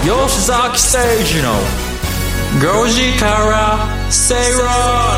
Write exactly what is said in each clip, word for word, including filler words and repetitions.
吉崎誠二のごじから正論。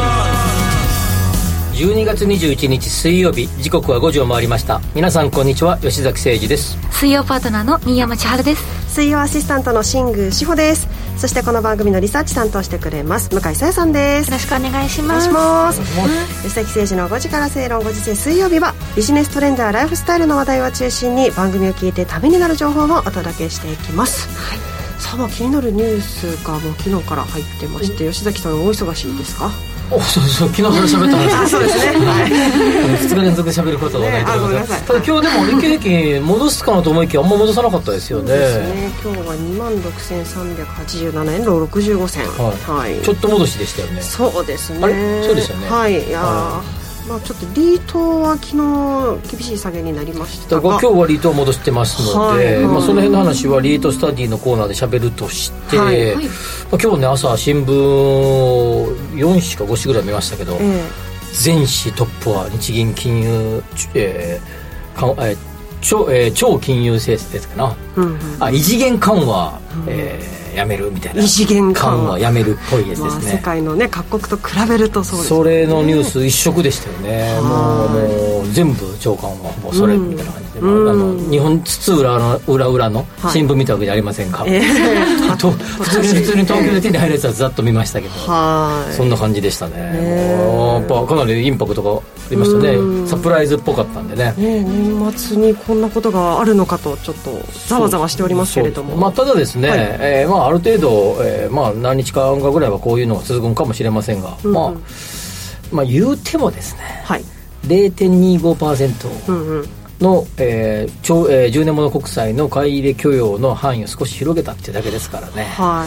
じゅうにがつにじゅういちにち水曜日、時刻はごじを回りました。皆さんこんにちは、吉崎誠二です。 水曜パートナーの新山千春です。 水曜アシスタントの新宮志保です。そしてこの番組のリサーチ担当してくれます向井沙耶さんです。 よろしくお願いします。 お願いします。吉崎誠二のごじから正論。ご時世水曜日はビジネストレンドやライフスタイルの話題を中心に番組を聞いてためになる情報をお届けしていきます。はい、さあ、気になるニュースがもう昨日から入ってまして、吉崎さんお忙しいですか？ お、そうそう、昨日から喋った話。 あ、そうですね、はい、 ふつか連続喋ることはないと思います、 ね、 ただ今日でも日経平均戻すかなと思いきやあんま戻さなかったですよね。 そうですね、今日は にまんろくせんさんびゃくはちじゅうななえんろくじゅうごせん、はいはい、 ちょっと戻しでしたよね。 そうですね。 あれそうでしたよね。 はい、いや、はいまあ、ちょっとリートは昨日厳しい下げになりましたが、 今日はリートを戻してますので、はい、まあ、その辺の話はリートスタディのコーナーで喋るとして、はいはい、まあ、今日ね朝新聞よんしかごしぐらい見ましたけど、えー、全紙トップは日銀金融、えーかえー 超, えー、超金融政策ですかな、うんうん、あ異次元緩和、うん、えーやめるみたいな、 異次元緩和やめるっぽいやつですね、 まあ、世界の、ね、各国と比べるとそうですね。 それのニュース一色でしたよね。もう、もう全部長官はもうそれみたいな感じで、うん、あの日本津々浦の裏裏の新聞見たわけじゃありませんか、はい、えー、と普通に普通に東京で手に入るやつはざっと見ましたけど、はいそんな感じでしたね。もうやっぱかなりインパクトがありましたね。サプライズっぽかったんで ね, ね年末にこんなことがあるのかとちょっとざわざわしておりますけれども、 まあ、ただですね、はい、えーまあ、ある程度、えーまあ、何日間かぐらいはこういうのが続くんかもしれませんが、うんうん、まあまあ、言うてもですね、はい、ゼロてんにじゅうごパーセント の、えー超えー、じゅうねんもの国債の買い入れ許容の範囲を少し広げたっていうだけですからね、はい、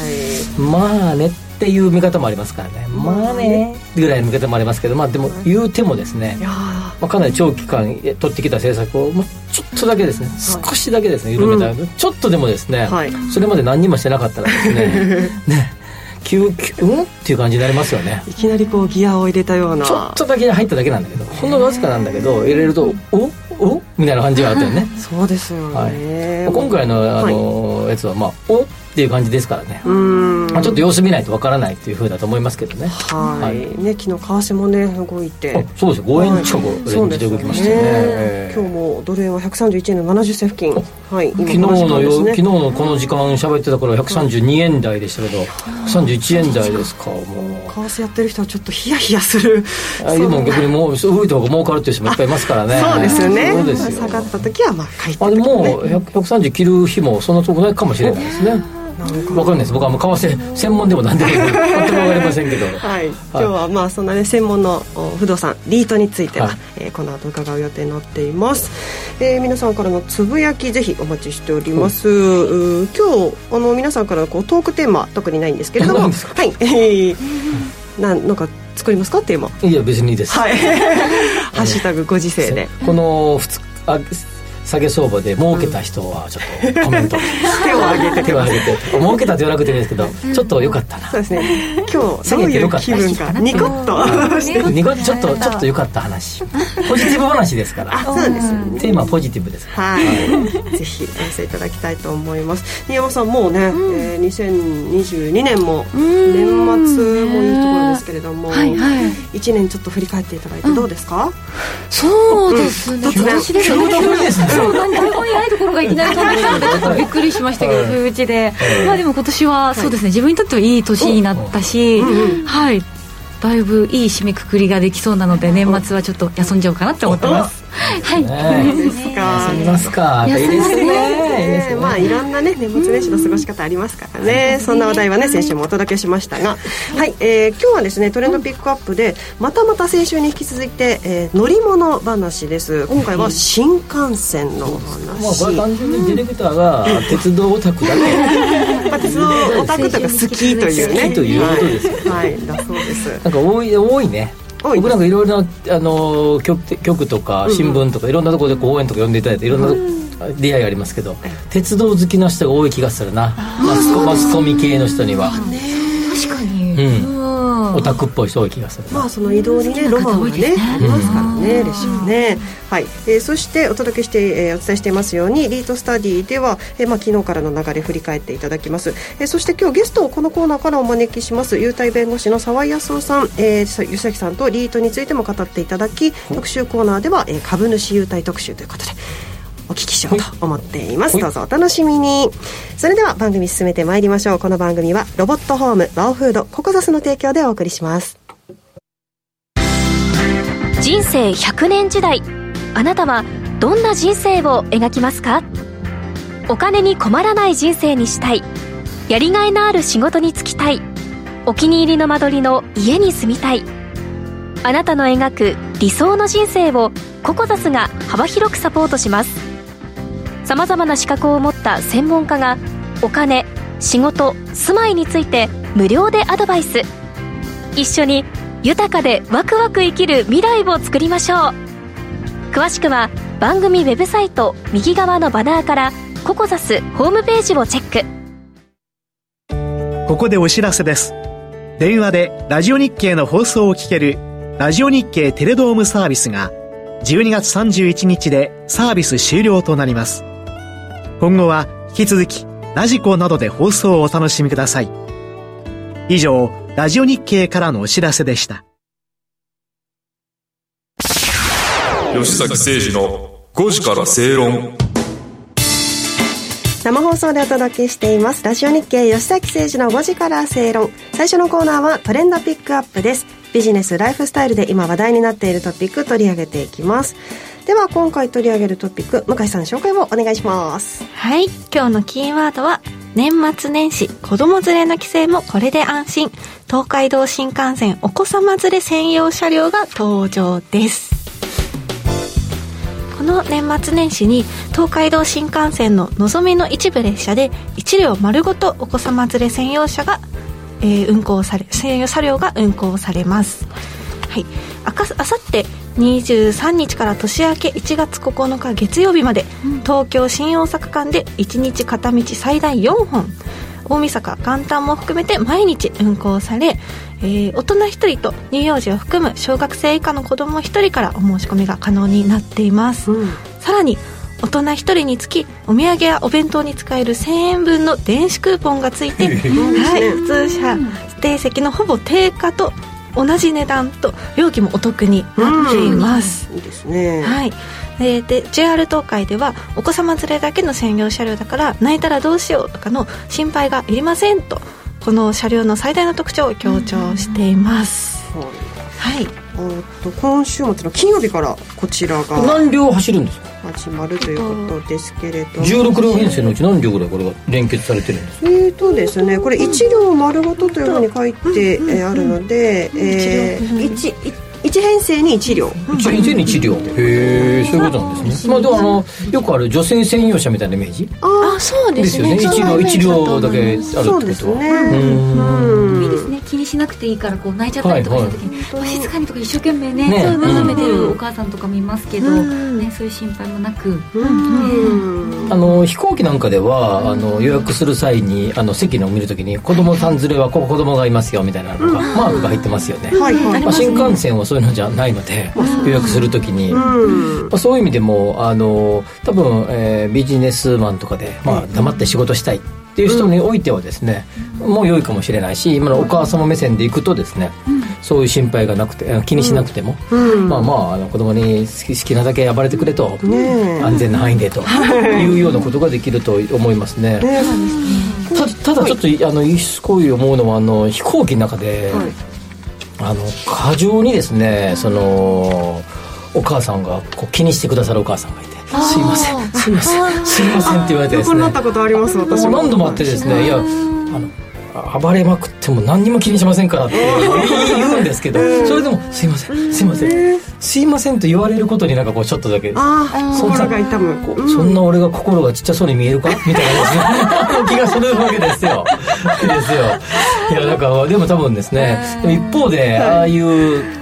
まあねっていう見方もありますからね、まあねぐらいの見方もありますけど、まあ、でも言うてもですね、まあ、かなり長期間取ってきた政策をもうちょっとだけですね、はい、少しだけですね緩めた、うん、ちょっとでもですね、はい、それまで何にもしてなかったらですねね急急うんっていう感じになりますよね。 いきなりこうギアを入れたような、 ちょっとだけ入っただけなんだけど、ほんのわずかなんだけど入れるとおおみたいな感じがあったよね。 そうですよね、 はい、今回の、あの、はい、やつはまあおっていう感じですからね、うん、まあ、ちょっと様子見ないとわからないっていう風だと思いますけどね。はい、はいね、昨日為替もね動いて、そうです、ごえん近くレンジで動きましたよね、えー、 今日もドル円はひゃくさんじゅういちえんのななじゅっせん付近、はい、今昨日のよ、昨日のこの時間喋ってた頃はひゃくさんじゅうにえん台でしたけど、ひゃくさんじゅういちえん台ですか。もう為替やってる人はちょっとヒヤヒヤする。 あ、今逆にもう動いた方が儲かるっていう人もいっぱいいますからね。 そうですよね。 そうですよ。 下がった時はまあ買いってくる、ね、あ、でもひゃくさんじゅう切る日もそんなとこないかもしれないですね。分かんないです、僕はもう為替専門でも何でも全く分かりませんけど、 はい、今日はまあそんな、ね、専門の不動産リートについては、はい、えー、この後伺う予定になっています。えー、皆さんからのつぶやきぜひお待ちしております。う今日あの皆さんからこうトークテーマ特にないんですけれども、はい、えー、な, なんか作りますかテーマ。 いや別にいいです、はい、 ハッシュタグご時世でこのふつあ下げ相場で儲けた人はちょっとコメント、うん、 手を挙げて手を挙げて儲けたって言わなくていいですけど、ちょっと良かったな、 そうですね、今日どういう気分かニコッとニコッとちょっとちょっと良かった話、ポジティブ話ですから。 あ、そうですね、 テーマはポジティブですから、はい、 はい、ぜひお寄せいただきたいと思います。新山さんもうね、うん、えー、にせんにじゅうにねんも年末もいうところですけれども、はいはい、いちねんちょっと振り返っていただいてどうですか？うん、 そうですね、 うん、突然急ですねそう、何台本にないところがいきなり飛んできたのでちょっとびっくりしましたけど、不意打ちで、まあでも今年はそうですね、自分にとってはいい年になったし、はい、だいぶいい締めくくりができそうなので、年末はちょっと休んじゃおうかなって思ってます。はい、 ね、いいですか。 休みますか。いいですね。 ね、まあいろんなね年末年始の過ごし方ありますからね。そんな話題はね先週もお届けしましたが、はい、えー、今日はですねトレンドピックアップでまたまた先週に引き続いて、えー、乗り物話です。今回は新幹線の話。 まあこれ単純にディレクターが鉄道オタクだけ。 まあ、鉄道オタクとか好きというね。 好きということですよ。 はい、はい、だそうです。 なんか多い多いね。僕なんかいろいろなあの 局, 局とか新聞とかいろんなところで講演とか呼んでいただいていろんな出会いがありますけど、鉄道好きな人が多い気がするな、マスコ、マスコミ系の人には。 確かに、うん、 オタクっぽい人多い気がする。 まあその移動にねロマンがねありますからね、列車ね。はい、えー、そしてお届けして、えー、お伝えしていますようにリートスタディでは、えーまあ、昨日からの流れ振り返っていただきます。えー、そして今日ゲストをこのコーナーからお招きします優待弁護士の沢井康夫さん、えー、吉崎さんとリートについても語っていただき、特集コーナーでは、えー、株主優待特集ということでお聞きしようと思っています。どうぞお楽しみに。それでは番組進めてまいりましょう。この番組はロボットホームワオフードココザスの提供でお送りします。 人生ひゃくねん時代、あなたはどんな人生を描きますか？お金に困らない人生にしたい、やりがいのある仕事に就きたい、お気に入りの間取りの家に住みたい。あなたの描く理想の人生をココザスが幅広くサポートします。さまざまな資格を持った専門家がお金、仕事、住まいについて無料でアドバイス。一緒に豊かでワクワク生きる未来を作りましょう。詳しくは番組ウェブサイト右側のバナーからココザスホームページをチェック。ここでお知らせです。電話でラジオ日経の放送を聞けるラジオ日経テレドームサービスがじゅうにがつさんじゅういちにちでサービス終了となります。今後は引き続きラジコなどで放送をお楽しみください。以上、ラジオ日経からのお知らせでした。 吉崎誠二のごじから正論。 生放送でお届けしていますラジオ日経吉崎誠二のごじから正論。最初のコーナーはトレンドピックアップです。ビジネスライフスタイルで今話題になっているトピック取り上げていきます。では今回取り上げるトピック、向井さん紹介をお願いします。 はい、今日のキーワードは年末年始子供連れの帰省もこれで安心、東海道新幹線お子様連れ専用車両が登場です。この年末年始に東海道新幹線ののぞみの一部列車でいち両丸ごとお子様連れ専用車が、えー、運行され専用車両が運行されます。はい、あかあさってにじゅうさんにちから年明けいちがつここのか月曜日まで、うん、東京新大阪間でいちにち片道最大よんほん、大晦日元旦も含めて毎日運行され、えー、大人ひとりと乳幼児を含む小学生以下の子どもひとりからお申し込みが可能になっています。うん、さらに大人ひとりにつきお土産やお弁当に使えるせんえんぶんの電子クーポンがついて、はい、普通車指定席のほぼ定価と同じ値段と料金もお得になっています。 いいですね。 はい。で, で ジェイアール 東海ではお子様連れだけの専用車両だから泣いたらどうしようとかの心配がいりませんと、この車両の最大の特徴を強調しています。 うん、 はい。 と今週末の金曜日からこちらが何両走るんですか？ 始まるということですけれども、 じゅうろく両編成のうち何両ぐらいこれが連結されてるんですか？ えーとですね、これいち両丸ごとというふうに書いて、うんえー、あるので、うんえー、1, 1編成にいち両、 いち編成にいち両、へえ、そういうことなんですね。まあでもあのよくある女性専用車みたいなイメージ、 ああそうですね、 ですよね。いち両だけあるってことは、そうですね。 うん、いいですね。気にしなくていいからこう泣いちゃったりとかした時に、はいはい、静かにとか一生懸命ね、ね、そう眺めてるお母さんとか見ますけど、ね、そういう心配もなく、うんね、あの飛行機なんかではあの予約する際にあの席の見るときに子供さん連れはここ子供がいますよみたいなのが、うん、マークが入ってますよね。はいはい、まあ、新幹線はそういうのじゃないので、うん、予約するときに、うんまあ、そういう意味でもあの多分、えー、ビジネスマンとかで、まあ、黙って仕事したいっていう人においてはですね、うん、もう良いかもしれないし、今のお母様目線でいくとですね、うん、そういう心配がなくて気にしなくても、うん、まあまあ、あの子供に好き、好きなだけ暴れてくれと、ね、安全な範囲でというようなことができると思いますね。ねた, ただちょっと、はい、あのすごい思うのはあの飛行機の中で、はい、あの過剰にですね、そのお母さんがこう気にしてくださるお母さんがいて、すいませんすいませんすいませんって言われてですね、 横になったことあります。私も何度もあってですね、いやあの暴れまくっても何にも気にしませんからって言うんですけど、それでもすいませんすいませんすいませんと言われることになんかこうちょっとだけ、 あ心が痛む、 こう、うん、そんな俺が心がちっちゃそうに見えるかみたいな気がするわけですよですよ。いやなんかでも多分ですね、でも一方でああいう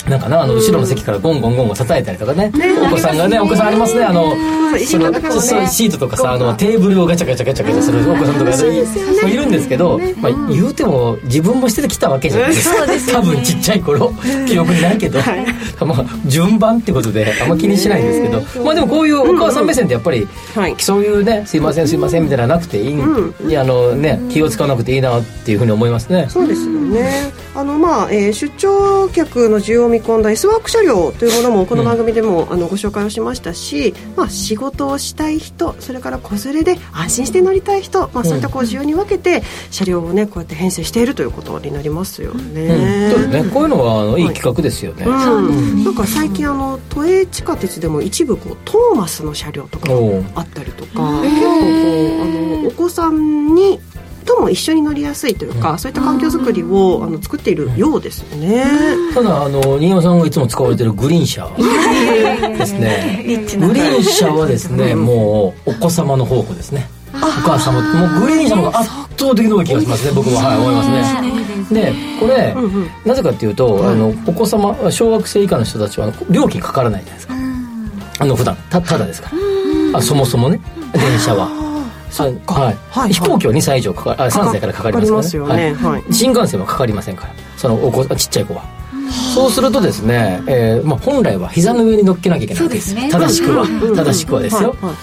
なんかなあの後ろの席からゴンゴンゴンゴン叩いたりとかね、お子さんがね、お子さんありますね、あのそのシートとかさ、あのテーブルをガチャガチャガチャガチャするお子さんとかいるんですけど、まあ、言うても自分もしてきたわけじゃないですか、多分ちっちゃい頃記憶にないけど、まあ順番ってことであんま気にしないんですけど、まあでもこういうお母さん目線ってやっぱりそういうね、すいませんすいませんみたいなのなくていい、あのね、気を使わなくていいなっていうふうに思いますね。 そうですよね。あのまあ、えー、出張客の需要を見込んだ S ワーク車両というものもこの番組でも、うん、あのご紹介をしましたし、まあ、仕事をしたい人、それから子連れで安心して乗りたい人、まあ、そういったこう需要に分けて車両をねこうやって編成しているということになりますよね。 うん、そうですね。こういうのはあのいい企画ですよね。はい、 うん、なんか最近あの都営地下鉄でも一部こうトーマスの車両とかあったりとか、結構こうあのお子さんにとも一緒に乗りやすいというか、うん、そういった環境づくりをあの作っているようですよね。 ただあの新山さんがいつも使われているグリーン車ですねグリーン車はですね、もうお子様の宝庫ですね。お母様もうグリーン車の方が圧倒的な気がしますね、僕は、はい、思いますね。でこれ、うんうん、なぜかっていうと、うん、あのお子様小学生以下の人たちは料金かからないじゃないですか、あの普段 た, ただですから、あそもそもね電車ははいはいはい、飛行機はにさい以上かかあさんさいからかかりますからね、はいはい、新幹線はかかりませんから、そのお子ちっちゃい子は。そうするとですね、えーまあ、本来は膝の上に乗っけなきゃいけないわけです、ね、正しくは、うん、正しくはですよ、はいはい、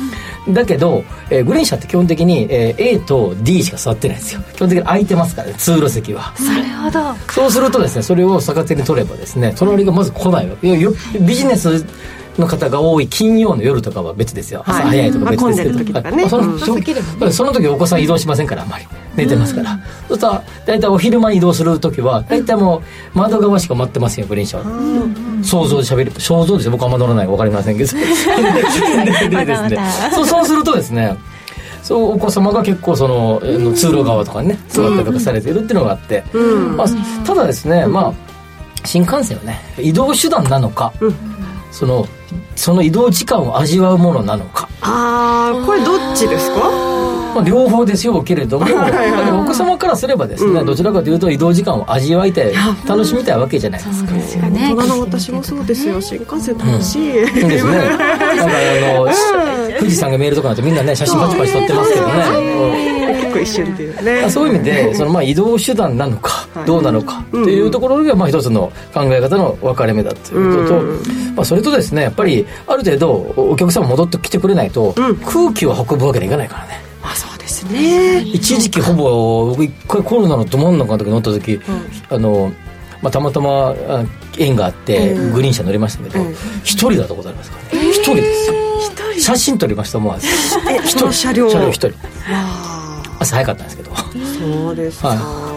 だけど、えー、グリーン車って基本的に、えー、A と D しか座ってないんですよ。基本的に空いてますからね、通路席は。 なるほど。 そうするとですね、それを逆手に取ればですね、隣がまず来ないわけ。ビジネスの方が多い金曜の夜とかは別ですよ、朝早いとか別ですけど、はい、まあ、混んでる時とかね、その、うん、その時お子さん移動しませんから、あんまり寝てますから、うん、そうしたら大体お昼間移動する時は大体もう窓側しか待ってますよ、グリーン車は、うん、想像で喋る、想像ですよ、僕はあんま乗らないか分かりませんけどでですね、そう、そうするとですね、そうお子様が結構その、うん、通路側とかにね座ったりとかされているっていうのがあって、うん、まあ、ただですね、まあ新幹線はね移動手段なのか、うん、そのその移動時間を味わうものなのか、 ああこれどっちですか？ まあ、両方でしょうけれども、お子様からすればですね、うん、どちらかというと移動時間を味わいたい、楽しみたいわけじゃないですか。 そうですよね。大人の私もそうですよ、新幹線楽しい、 うん、ですね。なんかあの、うん、富士山が見えるとこなんてみんなね写真パチパチ撮ってますけどね、 結構一瞬っていうね、 そういう意味でそのまあ移動手段なのかどうなのかというところがまあ一つの考え方の分かれ目だということと、うん、まあ、それとですね、やっぱりある程度お客様戻ってきてくれないと、うん、空気を運ぶわけにいかないからね。 まあそうですね。 一時期ほぼ僕一回コロナのど真ん中の時に乗った時、うん、あのまあ、たまたま縁があってグリーン車乗りましたけど、一、うん、人だったことありますからね。一、えー、人ですよ。写真撮りましたもん。 一人車両車両一人。朝早かったんですけど。 そうですか、はい、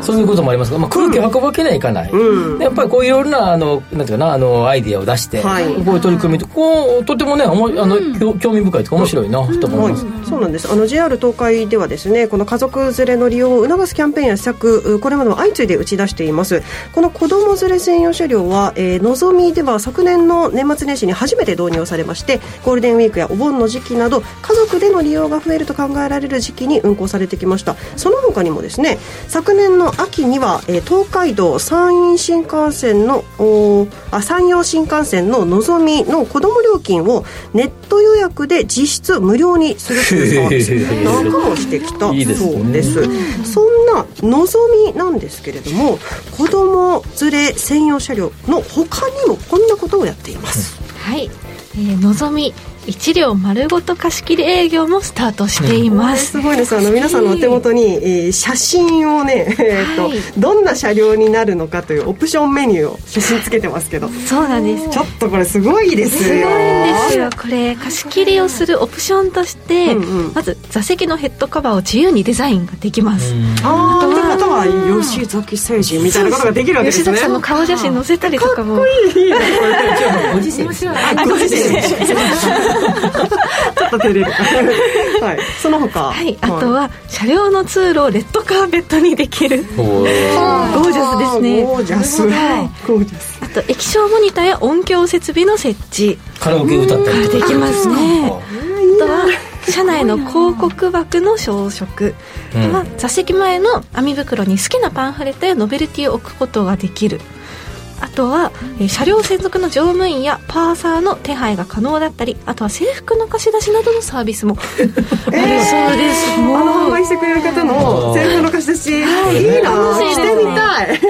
そういうこともありますが、まあ、空気を運ぶわけにはいかない、うん、やっぱりこういういろんなあのなんていうかな、あのアイディアを出して、はい、こういう取り組みとこうとてもね、おもあの、うん、興味深いとか面白いなと思います、 はい、そうなんです。あの ジェイアール 東海ではですね、この家族連れの利用を促すキャンペーンや施策、これまでも相次いで打ち出しています。この子ども連れ専用車両は、えー、のぞみでは昨年の年末年始に初めて導入されまして、ゴールデンウィークやお盆の時期など家族での利用が増えると考えられる時期に運行されてきました。その他にもですね、昨年の秋には、えー、東海道山陰新幹線のあ山陽新幹線ののぞみの子ども料金をネット予約で実質無料にするというサービスなんかもしてきたそうです。そんなのぞみなんですけれども、子ども連れ専用車両の他にもこんなことをやっています。 はい、えー、のぞみ一両丸ごと貸し切り営業もスタートしています、 うん、すごいです。あの皆さんのお手元に、えー、写真をね、えーとはい、どんな車両になるのかというオプションメニューを写真つけてますけど、 そうなんです。 ちょっとこれすごいですよ。 すごいんですよ。これ貸し切りをするオプションとして、うんうん、まず座席のヘッドカバーを自由にデザインができます。 ああ、ということは吉崎誠二みたいなことができるわけですね。 吉崎さんの顔写真載せたりとかもかっこいいね。 ご時世ですよ。 ご時世ちょっと照れるはい、その他、 はい、あとは車両の通路をレッドカーペットにできるゴージャスですね。 ゴージャス、はい、ゴージャス。 あと液晶モニターや音響設備の設置、 カラオケ歌ったりとかできますね。あとは車内の広告枠の装飾、うん、あとは座席前の網袋に好きなパンフレットやノベルティを置くことができる。 あとは、えー、車両専属の乗務員やパーサーの手配が可能だったり、あとは制服の貸し出しなどのサービスもあるそうです、 えー、あの販売してくれる方の制服の貸し出し、はい、いいな、着てみたい、はい、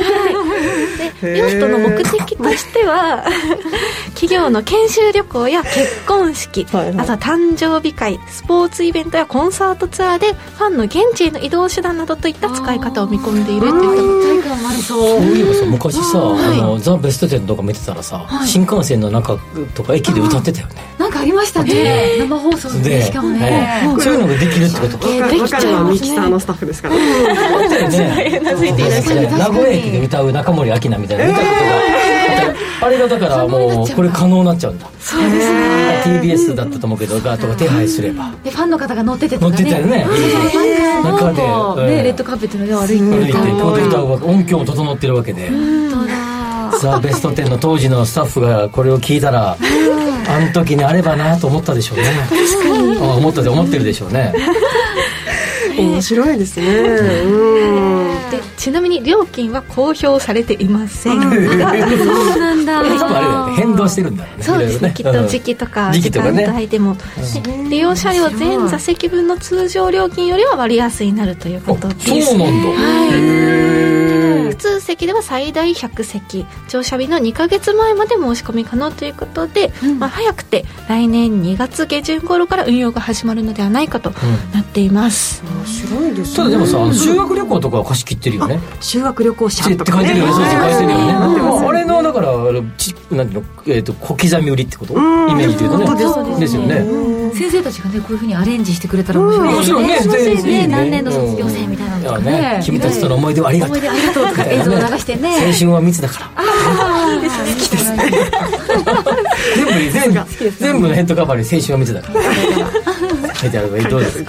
でヨットの目的としては企業の研修旅行や結婚式、はいはい、あとは誕生日会、スポーツイベントやコンサートツアーでファンの現地への移動手段などといった使い方を見込んでいるといった体感もありそう。 そういえばさ、昔さ、はい、あのザ・ベストテンとか見てたらさ、はい、新幹線の中とか駅で歌ってたよね。 なんかありましたね、生放送で、しかもね、 えー、そういうのができるってことか、 えー、できちゃいますね。ミキサーのスタッフですからね。 あったよね。名古屋駅で歌う中森明菜みたいな歌とか、えー、あれがだからもうこれ可能になっちゃうんだ。 そうですね。 ティービーエス だったと思うけど、ガーとか手配すれば。 でファンの方が乗っててとかね。 乗ってたよね。 中で、うん、ね、レッドカーペットの上を歩いて歩いてこうやって歌うわけ、音響も整ってるわけで。ザ・ベストテンの当時のスタッフがこれを聞いたら、あの時にあればなと思ったでしょうね。思ったで思ってるでしょうね。 面白いですね。うんでちなみに料金は公表されていません。 そうなんだ。 あれだね、変動してるんだ、ね、 そうですね、きっと時期とか時間帯でも、ね、利用車両全座席分の通常料金よりは割安になるということです。 そうなんだ、 はい、普通席では最大ひゃくせき、乗車日のにかげつまえまで申し込み可能ということで、うん、まあ、早くて来年にがつげじゅん頃から運用が始まるのではないかとなっています、 うん、面白いですね。 ただでもさ、修学旅行とかは貸し切ってるよね。 修学旅行者とかねって書いてるよね。そうそう書いてるよね。あれのだからちなんていうの、えーと、小刻み売りってこと、イメージでいうとね。 そうですですよね。 先生たちがねこういうふうにアレンジしてくれたら面白いですね。 もちろんね、 先生ね、何年の卒業生みたいなのとかね、 君たちとの思い出をありがとう、 思い出ありがとうとか映像を流してね。 青春は密だから。 ああ、いいですね。 好きですね。 全部全部全部のヘッドカバーに青春は密だから書いてあるからどうですか。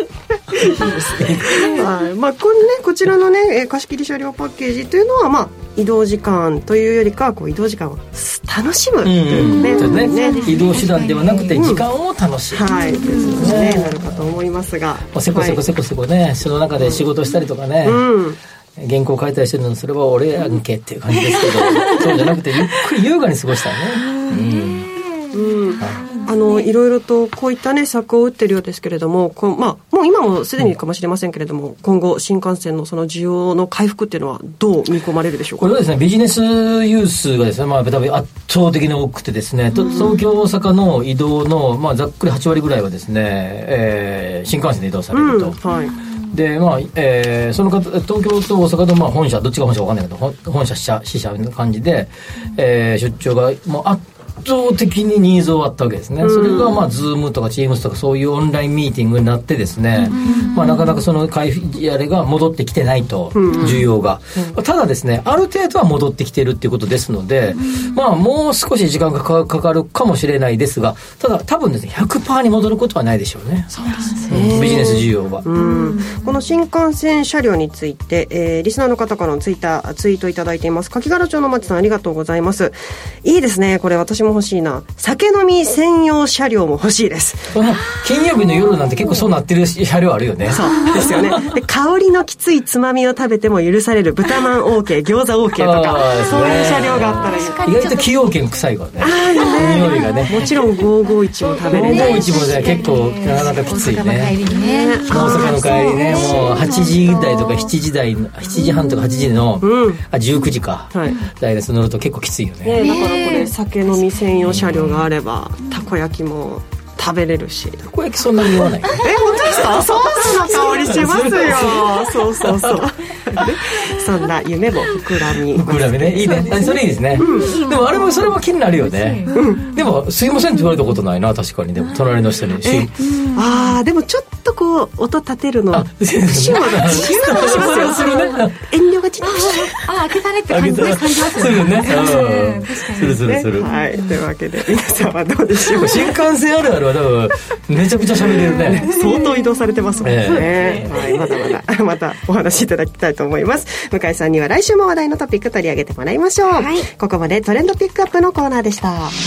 はい、まあこのね、こちらのね貸し切り車両パッケージというのは、まあ移動時間というよりかこう移動時間を楽しむというね、うんうんね、 移動手段ではなくて時間を楽しむ、うん、 はい、ですね、なるかと思いますが、 せこせこせこせこね、その中で仕事したりとかね、うん、原稿書いたりしてるの、それは俺やんけっていう感じですけどそうじゃなくてゆっくり優雅に過ごしたいね。うん、 うん、はい、あのいろいろとこういったね策を打ってるようですけれども、こう、まあ、もう今もすでにかもしれませんけれども、うん、今後新幹線のその需要の回復っていうのはどう見込まれるでしょうか。 これはですね、ビジネスユースがですね、まあ、多分圧倒的に多くてですね、うん、東京大阪の移動の、まあ、ざっくりはちわりぐらいはですね、えー、新幹線で移動されると、うん、はい、で、まあえー、その方東京と大阪のまあ本社、どっちが本社か分かんないけど、本社支社支社の感じで、えー、出張がもう圧倒的にニーズはあったわけですね。それがまあ Zoom とか Teams とかそういうオンラインミーティングになってですね、まあ、なかなかその回復あれが戻ってきてないと、需要が、ただですね、ある程度は戻ってきてるっていうことですので、まあもう少し時間がかかるかもしれないですが、ただ多分ですね ひゃくパーセント に戻ることはないでしょうね。そうですね、ビジネス需要は。 うん、この新幹線車両について、えー、リスナーの方からのツイッターツイートいただいています。柿原町の町さん、ありがとうございます。いいですね、これ私も欲しいな。酒飲み専用車両も欲しいです。 金曜日の夜なんて結構そうなってる車両あるよね。 そうですよね。で、香りのきついつまみを食べても許される豚まん OK、 餃子 OK とか、そういう車両があったらいい。 意外と崎陽軒臭いからね。ああ、ね、匂いがね。 もちろんごーごーいちも食べれる。 ごーごーいちもね、結構なかなかきついね。大阪の帰りね、もうはちじ台とかしちじ台、しちじはんとかはちじの、うん、あじゅうくじか、はい、台で乗ると結構きついよね。 ね、だからこれ酒飲み専用車両があればたこ焼きも食べれるし。 たこ焼きそんなに言わない。 え、本当ですか。ソースの香りしますよ。そうそうそうそんな夢も膨らみ膨らみね、いいね、それいいですね、うん、でもあれもそれも気になるよね、うん、でもすいませんって言われたことないな、確かに。でも隣の人にああ、でもちょっとこう音立てるのプシューシューしますよ。遠慮がちなあ開けたねって感じで感じますよね。するするする。 はい、というわけで皆さんはどうでしょう。 新幹線あるあるは多分めちゃくちゃ喋れるね。 相当移動されてますもんね、えーはい、まだまだまたお話しいただきたいと思います。向井さんには来週も話題のトピック取り上げてもらいましょう、はい、ここまでトレンドピックアップのコーナーでした。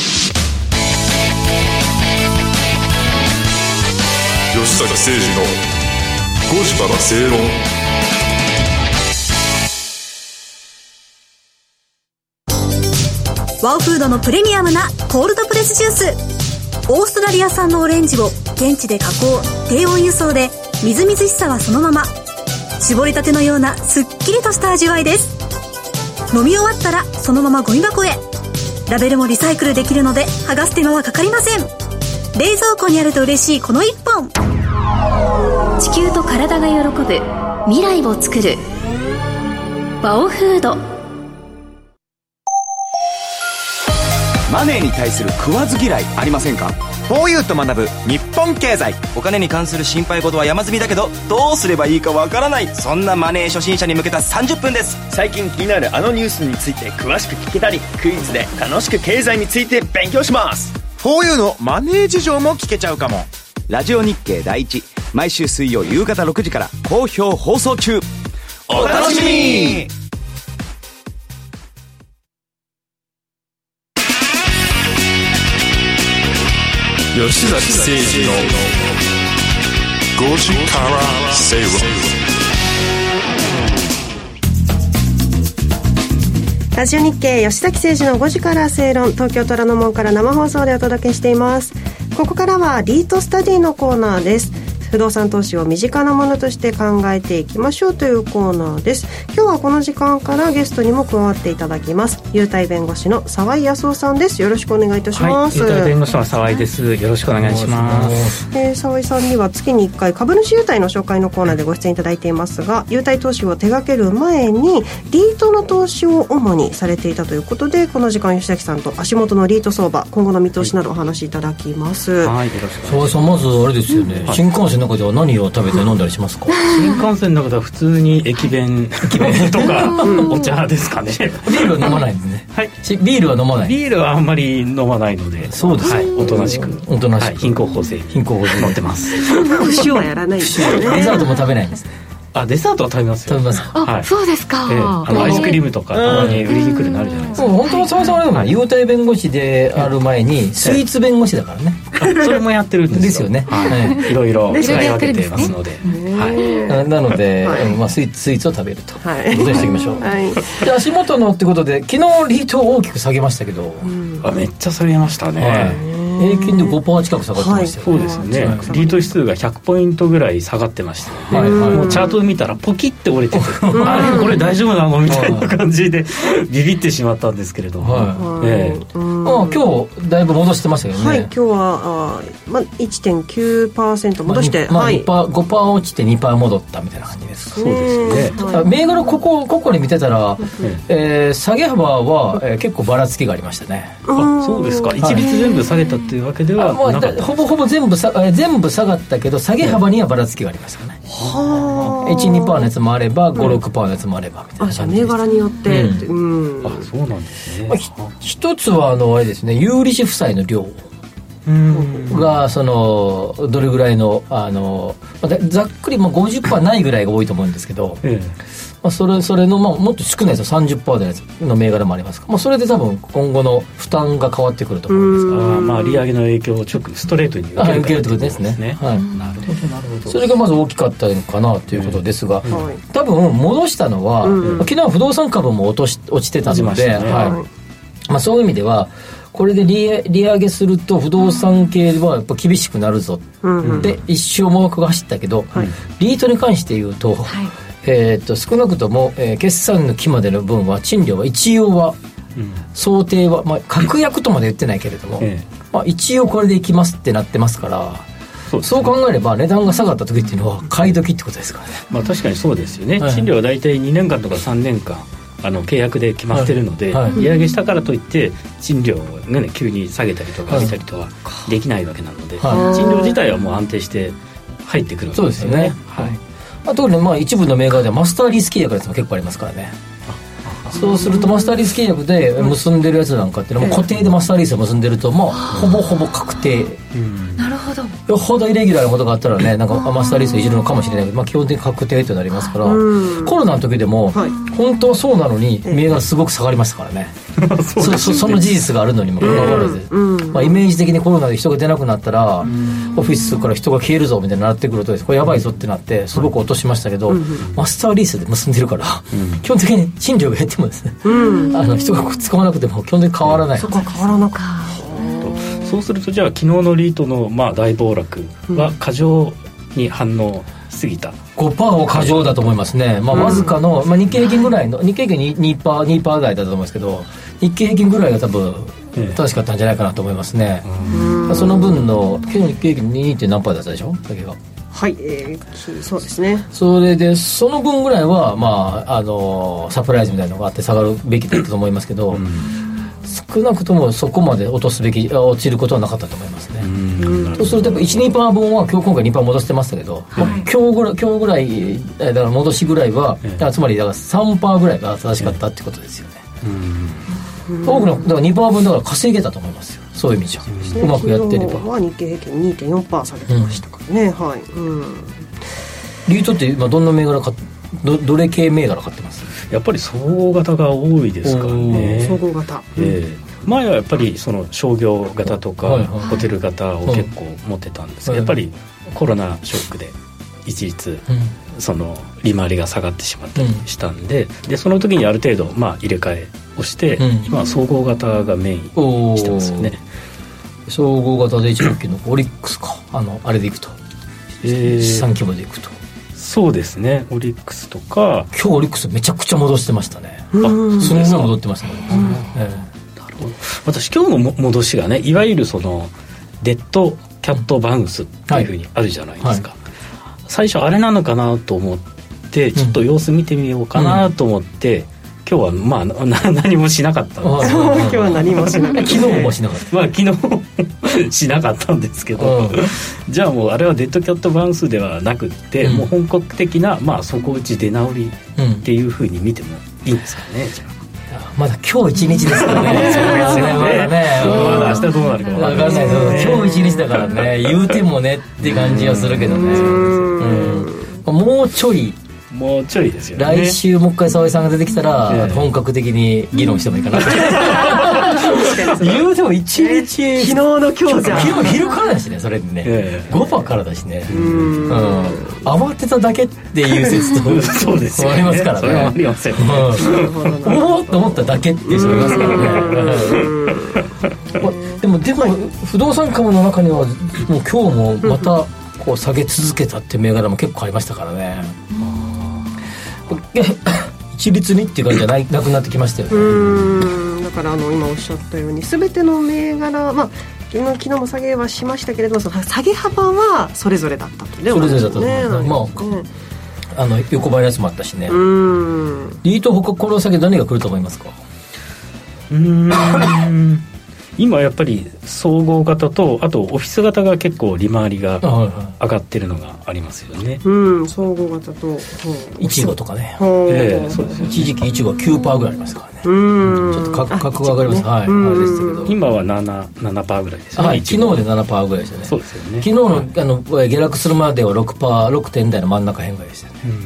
吉坂誠二のごじから正論。 ワオフードのプレミアムなコールドプレスジュース。オーストラリア産のオレンジを現地で加工、低温輸送でみずみずしさはそのまま。絞りたてのようなすっきりとした味わいです。飲み終わったらそのままゴミ箱へ。ラベルもリサイクルできるので剥がす手間はかかりません。冷蔵庫にあると嬉しいこの一本。 地球と体が喜ぶ未来を作るワオフード。 マネーに対する食わず嫌いありませんか？ フォーユー と学ぶ日本経済。お金に関する心配事は山積みだけどどうすればいいかわからない、そんなマネー初心者に向けたさんじゅっぷんです。 最近気になるあのニュースについて詳しく聞けたり、クイズで楽しく経済について勉強します。 フォーユー のマネー事情も聞けちゃうかも。ラジオ日経第一、毎週水曜夕方ろくじから好評放送中。 お楽しみに。 吉崎誠二のごじから正論。 ラジオ日経吉崎誠二のごじから正論、東京虎ノ門から生放送でお届けしています。ここからはリートスタディのコーナーです。不動産投資を身近なものとして考えていきましょうというコーナーです。今日はこの時間からゲストにも加わっていただきます。優待弁護士の沢井康夫さんです。よろしくお願いいたします。 はい、優待弁護士の沢井です。よろしくお願いします。 えー、沢井さんには月にいっかい株主優待の紹介のコーナーでご出演いただいていますが、優待投資を手掛ける前にリートの投資を主にされていたということで、この時間吉崎さんと足元のリート相場、今後の見通しなどお話しいただきます。 はい、よろしくお願いします。沢井さん、まずあれですよね、うん、新幹線の中では何を食べて飲んだりしますか？ 新幹線の中では普通に駅弁駅弁とかお茶ですかね。 ビールは飲まないんですね。はい、ビールは飲まない。 ビールはあんまり飲まないので。 そうですね、はい、 おとなしくおとなしく、 はい、貧困法制貧困法制乗ってます。 串はやらないですね。 デザートも食べないんですね。 あ、デザートは食べますよ。 食べます。 あ、はい、そうですか。 えー、あのアイスクリームとかたまに売りに来るのあるじゃないですか。 本当は沢井さんはあれだもん、優待弁護士である前にスイーツ弁護士だからね。 それもやってるんですよ。 ですよね。 はい。いろいろ使い分けてますので。 はい。なので、まあスイーツスイーツを食べると。はい。ことにしておきましょう。はい。で、足元のってことで昨日リートを大きく下げましたけど。 あ、めっちゃ下げましたね。はい。 平均で ごパーセント 近く下がってましたよね。 はい、そうですね。リート指数がひゃくポイントぐらい下がってましたよね。はいはい、もうチャートを見たらポキって折れてて、あれこれ大丈夫なのみたいな感じでビビってしまったんですけれども、はいえー、まあ今日だいぶ戻してましたけどね。 はい、今日はあ、まあ、いってんきゅうパーセント 戻して、 まあはい、 ごパーセント ごパーセント 落ちて にパーセント 戻ったみたいな感じです。 そうですね。 はい、銘柄ここここに見てたら、うんえー、下げ幅は、えー、結構ばらつきがありましたね。 あ、そうですか。一律全部下げたっていうわけではなかった。 ほぼほぼ全部さ全部下がったけど下げ幅にはばらつきがありましたね。はあ。いち、にパーセント のやつもあれば、ご、ろくパーセント のやつもあればみたいな感じで。 あ、じゃあ銘柄によって、 うんうん、あ、そうなんですね。 まあ、一つはあのあれですね、有利子負債の量がそのどれぐらいのあのざっくりまあ ごじゅっパーセント ないぐらいが多いと思うんですけど。ええまあ、それそれの、まあ、もっと少ないですよ さんじゅっパーセント のやつの銘柄もありますから、まあ、それで多分今後の負担が変わってくると思うんですから、 あ、まあ、利上げの影響を直ストレートに受ける受けるということですね。はい、なるほどなるほど。それがまず大きかったのかなということですが、うん、多分戻したのは、うん、昨日は不動産株も落とし落ちてたので、ねはいまあ、そういう意味ではこれで 利, 利上げすると不動産系はやっぱ厳しくなるぞ、うんうん、で一生思惑が走ったけど、はい、リートに関して言うと、はいえー、と少なくとも、えー、決算の期までの分は賃料は一応は、うん、想定は、まあ、確約とまで言ってないけれども、ええまあ、一応これでいきますってなってますからそうですね、そう考えれば値段が下がった時っていうのは買い時ってことですからね。 まあ、確かにそうですよね、はい、賃料は大体にねんかんとかさんねんかんあの契約で決まってるので、はいはい、利上げしたからといって賃料を、ね、急に下げたりとか上げたりとはできないわけなので、はい、賃料自体はもう安定して入ってくるわけですよね。そうですね、はいあとね、まあ、一部のメーカーではマスターリース契約のやつも結構ありますからね。そうするとマスターリース契約で結んでるやつなんかっていうのは固定でマスターリースを結んでると、まあ、ほぼほぼ確定ほど。 よほどイレギュラーなことがあったらね、なんかマスターリースいじるのかもしれないけど、まあ、基本的に確定となりますから、コロナの時でも、はい、本当はそうなのに銘柄すごく下がりましたからね。そ, そ, その事実があるのにもかかわらず、まあ、イメージ的にコロナで人が出なくなったら、オフィスから人が消えるぞみたいになってくると、これやばいぞってなってすごく落としましたけど、マスターリースで結んでるから、基本的に賃料が減ってもですね、あの人がくっつかなくても基本的に変わらない。 そこは変わらなかった。 そうするとじゃあ昨日のリートのまあ大暴落は過剰に反応しすぎた、 ごパーセント を過剰だと思いますね。まあ、わずかの、まあ、日経平均ぐらいの、日経平均 にパーセント、にパーセント 台だと思いますけど、日経平均ぐらいが多分正しかったんじゃないかなと思いますね。その分の昨日日経平均 に. 点何パーだったでしょ、だけが。 はい、えー、そうですね。 それでその分ぐらいは、まあ、あのサプライズみたいなのがあって下がるべきだったと思いますけど、うん、少なくともそこまで落とすべき落ちることはなかったと思いますね。そうすると いち、にパーセント 分は今日今回 にパーセント 戻してましたけど、はい、今日ぐらい今日ぐらいだから戻しぐらいは、だからつまりだから さんパーセント ぐらいが正しかったってことですよね。多くのだから にパーセント 分だから稼げたと思いますよ、そういう意味じゃ、ね、うまくやってれば。 は日経平均 にてんよんパーセント 下げてましたからね、うん、はい、うん、 リートって今どんな銘柄買ってど, どれ系銘柄買ってます？ やっぱり総合型が多いですからね。 総合型、 えー、前はやっぱりその商業型とか、はいはい、ホテル型を結構持ってたんですけど、はい、やっぱりコロナショックで一律、うん、その利回りが下がってしまったりしたんで、うん、でその時にある程度、まあ、入れ替えをして、うん、今は総合型がメインしてますよね。 総合型で一番大きいのオリックスか、あのあれでいくと、えー、資産規模でいくと。 そうですね、オリックスとか。 今日オリックスめちゃくちゃ戻してましたね。あ、そのぐらい戻ってましたね、うん、えー、なるほど。私今日のも戻しがね、いわゆるそのデッドキャットバウンスっていうふうにあるじゃないですか、はいはい、最初あれなのかなと思ってちょっと様子見てみようかなと思って、うん、今日はまあ何もしなかったんですよ。 今日は何もしなかった。 昨日もしなかった。 まあ昨日しなかったんですけど、じゃあもうあれはデッドキャットバウンスではなくって、うん、もう本格的なまあ底打ち出直りっていうふうに見てもいいんですかね、うん、じゃあ。 まだ今日一日ですからね。そうですよね。まだね。 まだ明日どうなるか分からないですけど、 ね、今日一日だからね。言うてもねって感じはするけどね。うんうん、もうちょい。 もうちょいですよね。 来週もう一回沢井さんが出てきたら、えー、本格的に議論してもいいかなと。言うても一日、えー、 昨日の今日じゃん。 昨日昼からだしね、それでね、えー、ごパーセント からだしね。うん、うん、慌てただけっていう説とそうですよね、 ありますからね。 それはありません、ね、 うん、おおっと思っただけっていう人いますからね。でもでも不動産株の中にはもう今日もまたこう下げ続けたって銘柄も結構ありましたからね。一律にっていう感じじゃないなくなってきましたよね。 うん、だからあの今おっしゃったように全ての銘柄、まあ、昨日、昨日も下げはしましたけれども、その下げ幅はそれぞれだったと、ね、 それぞれだったと、ね、まあ、あの横ばいのやつもあったしね。うん、リート他この先何が来ると思いますか？ うーん今やっぱり総合型とあとオフィス型が結構利回りが上がってるのがありますよね。 うん、総合型といちごとかね、えー、そうですね、一時期いちごは きゅうパーセント ぐらいありますからね。うん、ちょっと価格が上がります。はい、あれでしたけど今は なな, ななパーセントぐらいですよね。 はい、昨日で ななパーセント ぐらいでしたね。 そうですよね。 昨日の、はい、あの下落するまでは ろくパーセント、ろくてん台の真ん中辺ぐらいでしたね。うん、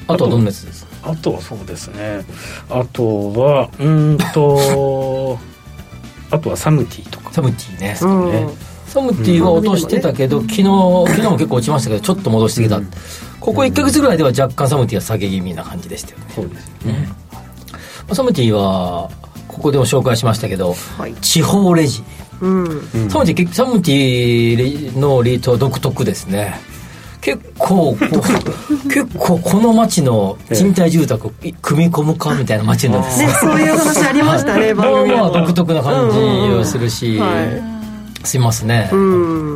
あとはどんなやつですか？ あとはそうですね、あとはうんとあとはサムティとかサムティね、うん、サムティは落としてたけど、うん、昨日昨日も結構落ちましたけどちょっと戻してきた、うん、ここいっかげつぐらいでは若干サムティは下げ気味な感じでしたよね。 そうですよね、 うん、サムティはここでも紹介しましたけど、はい、地方レジ、うんうん、サムティサムティのリートは独特ですね。結構結構この町の賃貸住宅を組み込むかみたいな町なんです、 ね、そういう話ありましたね。 まあまあ独特な感じをするし、うんうん、はい、しますね。うん、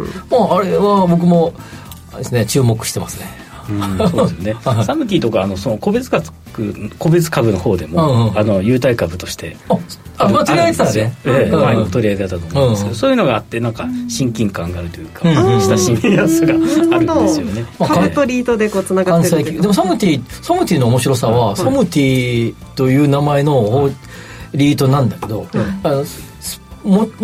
まああれは僕もですね注目してますね。 うん、そうですねサムティとかあのその個別株個別株の方でも、うんうん、あの優待株としてああ、まあ、取り上げてたらね、 ええ、前に取り上げたと思うんですけど、うんうん、そういうのがあってなんか親近感があるというか、うんうん、親しみやすがあるんですよね。 株とリートでこうつながってるっていう。 でもサムティサムティの面白さは、はい、サムティという名前のリートなんだけど、はい、あのも持っ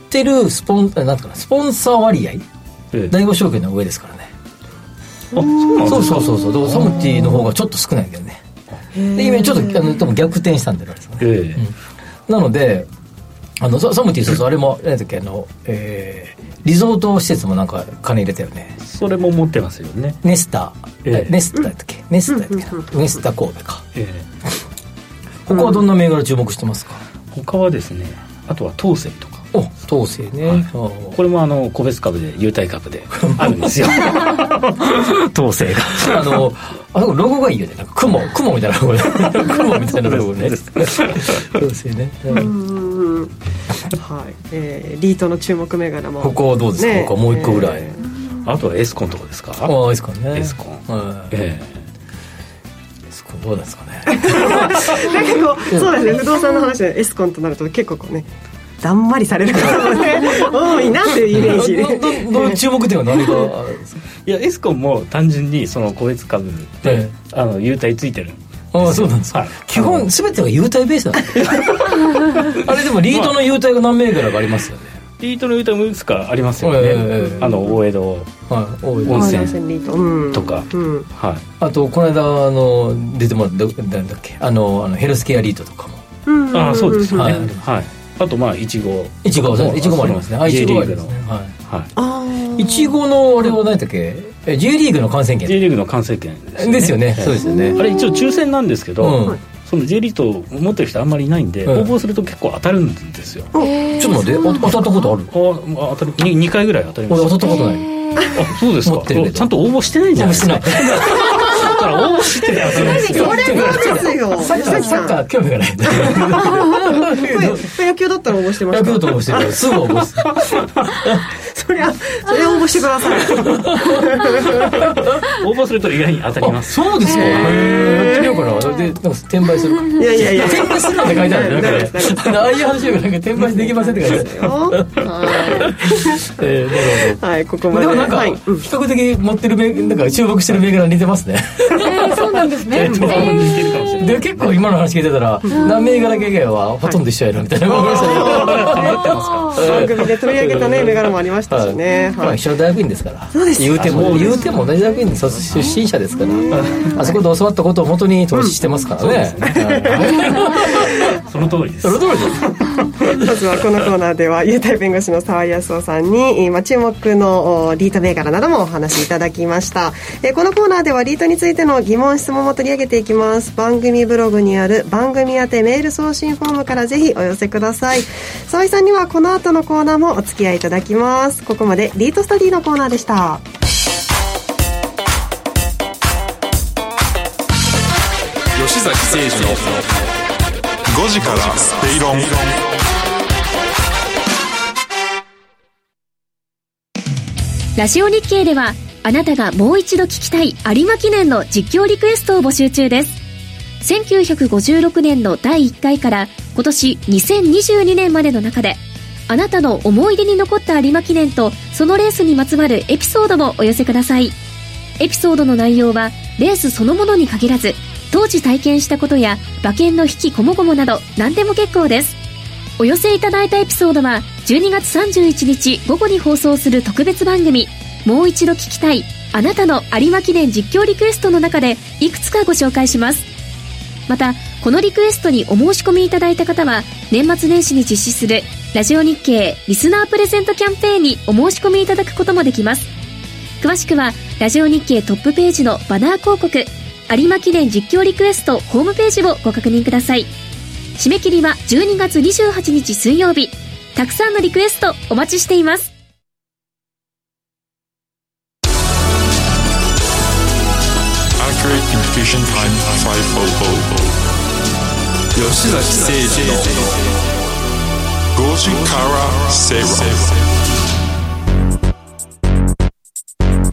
ってるスポン、なんかな、スポンサー割合、ええ、第五証券の上ですからね。 あ、そうなんですか。 そうそうそうそう。サムティの方がちょっと少ないんだよね。で今ちょっとあの多分逆転したんだよね、ええうん、なのであのサムティそうそうあれも何だっけあの、えー、リゾート施設もなんか金入れたよね。 それも持ってますよね。 ネスタ、ええ、ネスタだっけ、うん、ネスタだっけ、うん、ネスタ神戸か、ええ、他はどんな銘柄注目してますか？ 他はですね、あとは東西とか。 お、東西ね、はい、 これもあの個別株で優待株であるんですよ東西があのあのロゴがいいよね。なんか雲雲みたいなロゴね雲みたいなロゴね東西ね、うん、 はい、えー、リートの注目銘柄もここはどうですか、ね、他もう一個ぐらい、えー、あとはエスコンとかですか？ ああエスコンね、 エスコン、はいえー、エスコンどうですかねなんかこうそうですね、不動産の話でエスコンとなると結構こうねだんまりされる方もね多いなというイメージでどの注目点は何があるんですか？ いやエスコンも単純にその個別株で、はい、あの優待ついてる。 ああそうなんですか、はい、基本全てが優待ベースなんですあれでもリートの優待が何銘柄がありますよね。 リートの優待もいくつかありますよね、えー、あの大江戸、はい、温泉とか、うんうんはい、あとこの間あの出てもらったなんだっけあのあのヘルスケアリートとかも、 うん、ああそうですよね、はいはい、あとまあいちごいちごいちごもありますね。 J リーグのいちごのあれは何だっけ J リーグの観戦券 J リーグの観戦券ですよね。 ですよね、そうですよね。 あれ一応抽選なんですけど、うん、その J リーグと持ってる人あんまりいないんで、うん、応募すると結構当たるんですよ。 ちょっと待って当たったことある？ あ当たる 2, 2回ぐらい当たりました。 当たったことない。 あそうですか。ちゃんと応募してないんじゃないですか。だから応募してるやつなんですよ。 それですよ。 サッカーサッカー興味がない。 野球だったら応募してました。 野球だったら応募してる。すぐ応募してそりゃそれ応募してください。 応募すると意外に当たります。 そうですか。へえ。やってみようかな。でなんか転売する。 いやいやいや。 転売するって書いてあるね。ああいう話がなんか転売できませんって書いてあるよ。ええなるほど。 はいここまで。 でもなんか比較的持ってる銘なんか注目してる銘柄似てますね。 えー、そうなんですね。 で結構今の話聞いてたら、うん、何銘柄経験はほとんど一緒やなみたいな、 はい、番組で取り上げたね銘柄もありましたしね。 はい、まあ、一緒の大学院ですから。そうです言うても言うても同じ大学院の出身者ですから、あそこで教わったことを元に投資してますからね。 うん、その通りです。 その通りです。 まずはこのコーナーでは優待弁護士の澤井康夫さんに、まあ、注目のリート銘柄などもお話しいただきました。えー、このコーナーではリートについての疑問質問も取り上げていきます。番組ブログにある番組宛てメール送信フォームからぜひお寄せください。澤井さんにはこの後のコーナーもお付き合いいただきます。ここまでリートスタディのコーナーでした。 吉崎誠二のごじからスペイロン。 ラジオ日経ではあなたがもう一度聞きたい有馬記念の実況リクエストを募集中です。せんきゅうひゃくごじゅうろくねんのだいいっかいから今年にせんにじゅうにねんまでの中であなたの思い出に残った有馬記念とそのレースにまつわるエピソードもお寄せください。エピソードの内容はレースそのものに限らず当時体験したことや馬券の引きこもごもなど何でも結構です。お寄せいただいたエピソードはじゅうにがつさんじゅういちにち午後に放送する特別番組もう一度聞きたいあなたの有馬記念実況リクエストの中でいくつかご紹介します。またこのリクエストにお申し込みいただいた方は年末年始に実施するラジオ日経リスナープレゼントキャンペーンにお申し込みいただくこともできます。詳しくはラジオ日経トップページのバナー広告有馬記念実況リクエストホームページをご確認ください。締め切りはじゅうにがつにじゅうはちにち水曜日。たくさんのリクエストお待ちしています。 吉崎誠二のごじから正論。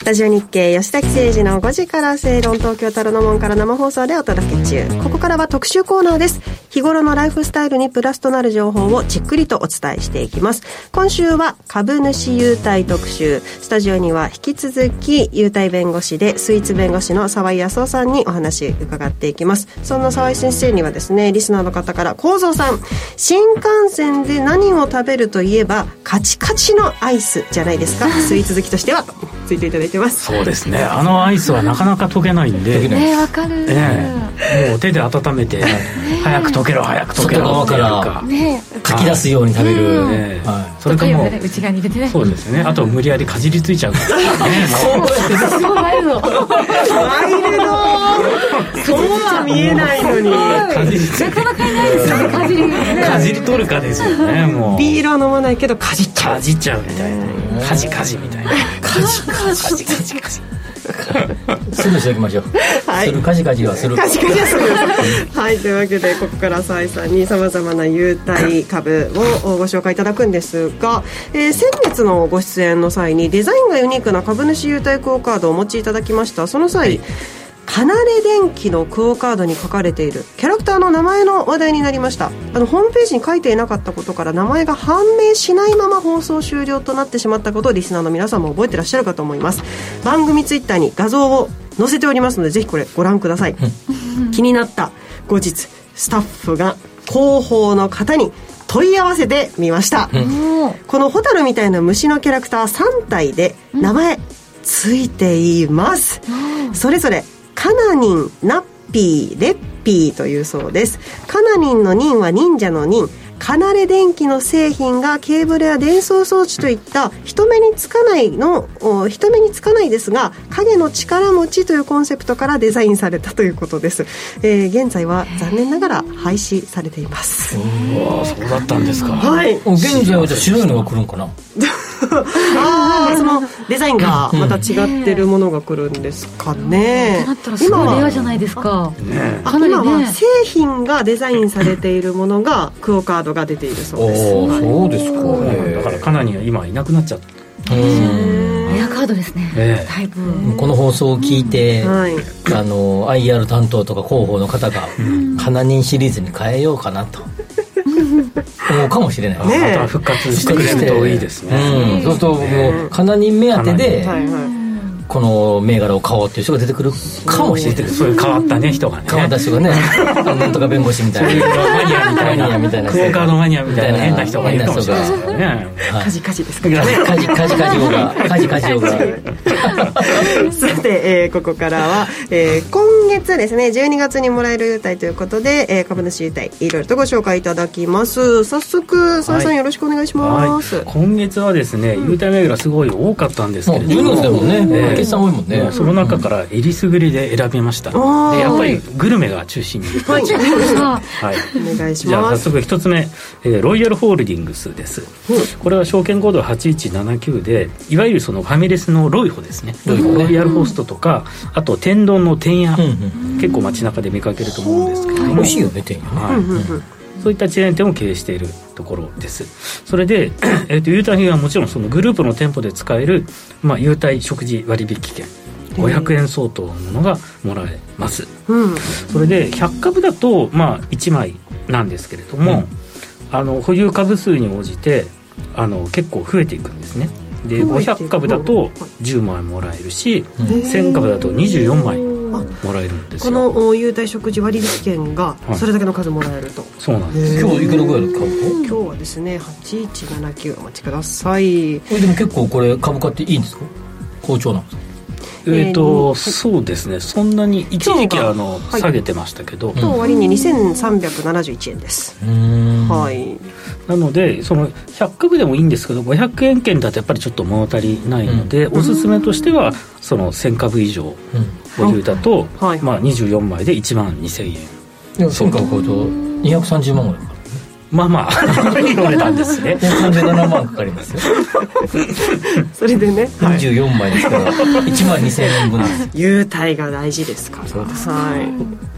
ラジオ日経吉崎誠二のごじから正論、東京太郎の門から生放送でお届け中。ここからは特集コーナーです。日頃のライフスタイルにプラスとなる情報をじっくりとお伝えしていきます。今週は株主優待特集。スタジオには引き続き優待弁護士でスイーツ弁護士の沢井康夫さんにお話伺っていきます。そんな沢井先生にはですね、リスナーの方から構造さん、新幹線で何を食べるといえばカチカチのアイスじゃないですか。スイーツ好きとしてはとついていただいてます。 そうですね、あのアイスはなかなか溶けないんで、 ね、わかる、 ね、もう手で温めて、ね、早く溶けろ早く溶けろ外側から、ね、かき出すように食べる、ね、 はい、それとも、 ね、内側に入れてね、 そうですね、あと無理やりかじりついちゃうから、ね、 そうワイルドワイルドそうは見えないのにかじりついなかなかいないですよね、かじり、ね、 かじり取るかですよね。もうビールは飲まないけどかじっちゃうかじっちゃうみたいな、かじかじみたいな、 かじかじかじかじかじすぐしておきましょう、はい、するカジカジはするカジカジはするはい、というわけでここから沢井さんにさまざまな優待株をご紹介いただくんですが、えー、先月のご出演の際にデザインがユニークな株主優待クオカードをお持ちいただきました。その際、はい、カナレ電機のクオカードに書かれているキャラクターの名前の話題になりました。あのホームページに書いていなかったことから名前が判明しないまま放送終了となってしまったことをリスナーの皆さんも覚えてらっしゃるかと思います。番組ツイッターに画像を載せておりますのでぜひこれご覧ください気になった後日スタッフが広報の方に問い合わせてみました。このホタルみたいな虫のキャラクターさん体で名前ついています。それぞれカナニン、ナッピー、レッピーというそうです。カナニンのニンは忍者の忍、カナレ電機の製品がケーブルや伝送装置といった人目につかないの人目につかないですが影の力持ちというコンセプトからデザインされたということです。えー、現在は残念ながら廃止されています。 おー、そうだったんですか。 はい、 現在はじゃあ白いのが来るんかなあそのデザインがまた違ってるものが来るんですかね。 だったらすごいレアじゃないですか。 ね、 かなりね、今は製品がデザインされているものがクオカードが出ているそうです。 そうですか、 ね、だからカナニは今いなくなっちゃった。 レアカードですね、 えだいぶこの放送を聞いて、 はい、 あの アイアール 担当とか広報の方が、うん、カナニンシリーズに変えようかなと思うかもしれないね。また復活してくれるといいですね。 うん、そうするともうカナニン目当てで、はいはい、この銘柄を買おうっていう人が出てくるかもしれない。 そういう変わったね人がね変わった人がねなんとか弁護士みたいなマニアみたいなマニアみたいなクオカードマニアみたいな変な人がいるかもしれないですからね。 カジカジですかね。 カジカジカジオがカジカジオがさて、えー、ここからは、えー、今月ですねじゅうにがつにもらえる優待ということで、えー、株主優待いろいろとご紹介いただきます。早速澤井さん、はい、よろしくお願いします、 はい、今月はですね優待銘柄すごい多かったんですけれども、 じゅうにがつでもね、えー、決算多いもんね。 その中からえりすぐりで選びました、うん、でやっぱりグルメが中心に、 はいはい、 お願いします。 じゃあ早速一つ目、えー、ロイヤルホールディングスです、うん、これは証券コードはちいちななきゅうでいわゆるそのファミレスのロイホですね、ロイホ、ロイヤルホストとかあと天丼の天屋、うんうん、結構街中で見かけると思うんですけども、 美味しいよね天屋、はい、うんうんうん、 そういったチェーン店を経営しているところです。それで、えー、と優待品はもちろんそのグループの店舗で使える、まあ、優待食事割引券ごひゃくえん相当のものがもらえます、うん、それでひゃっかぶだと、まあ、いちまいなんですけれども、うん、あの保有株数に応じてあの結構増えていくんですね。でごひゃっかぶだとじゅうまいもらえるし、うん、せんかぶだとにじゅうよんまいもらえるんですよ。 この優待食事割引券がそれだけの数もらえると、はい、 そうなんです。 今日いくらぐらい買うの？ 今日はですねはちいちななきゅうお待ちください。 これでも結構これ株価っていいんですか？好調なんですか？ えーと、そうですね、そんなに一時期あの、はい、下げてましたけど、 今日終わりににせんさんびゃくななじゅういちえんです。うーん、はい、 なのでそのひゃっかぶでもいいんですけどごひゃくえん券だとやっぱりちょっと物足りないので、うん、おすすめとしてはそのせんかぶ以上保有だと、うん、はい、まあ、にじゅうよんまいでいちまんにせんえん。 でもせんかぶ買うとにひゃくさんじゅうまんぐらいかかる。 まあまあいいお値段ですね。 にひゃくさんじゅうななまんかかりますよそれでね、 にじゅうよんまいですからいちまんにせんえんぶんです。 優待が大事ですから。 そうです、 はい、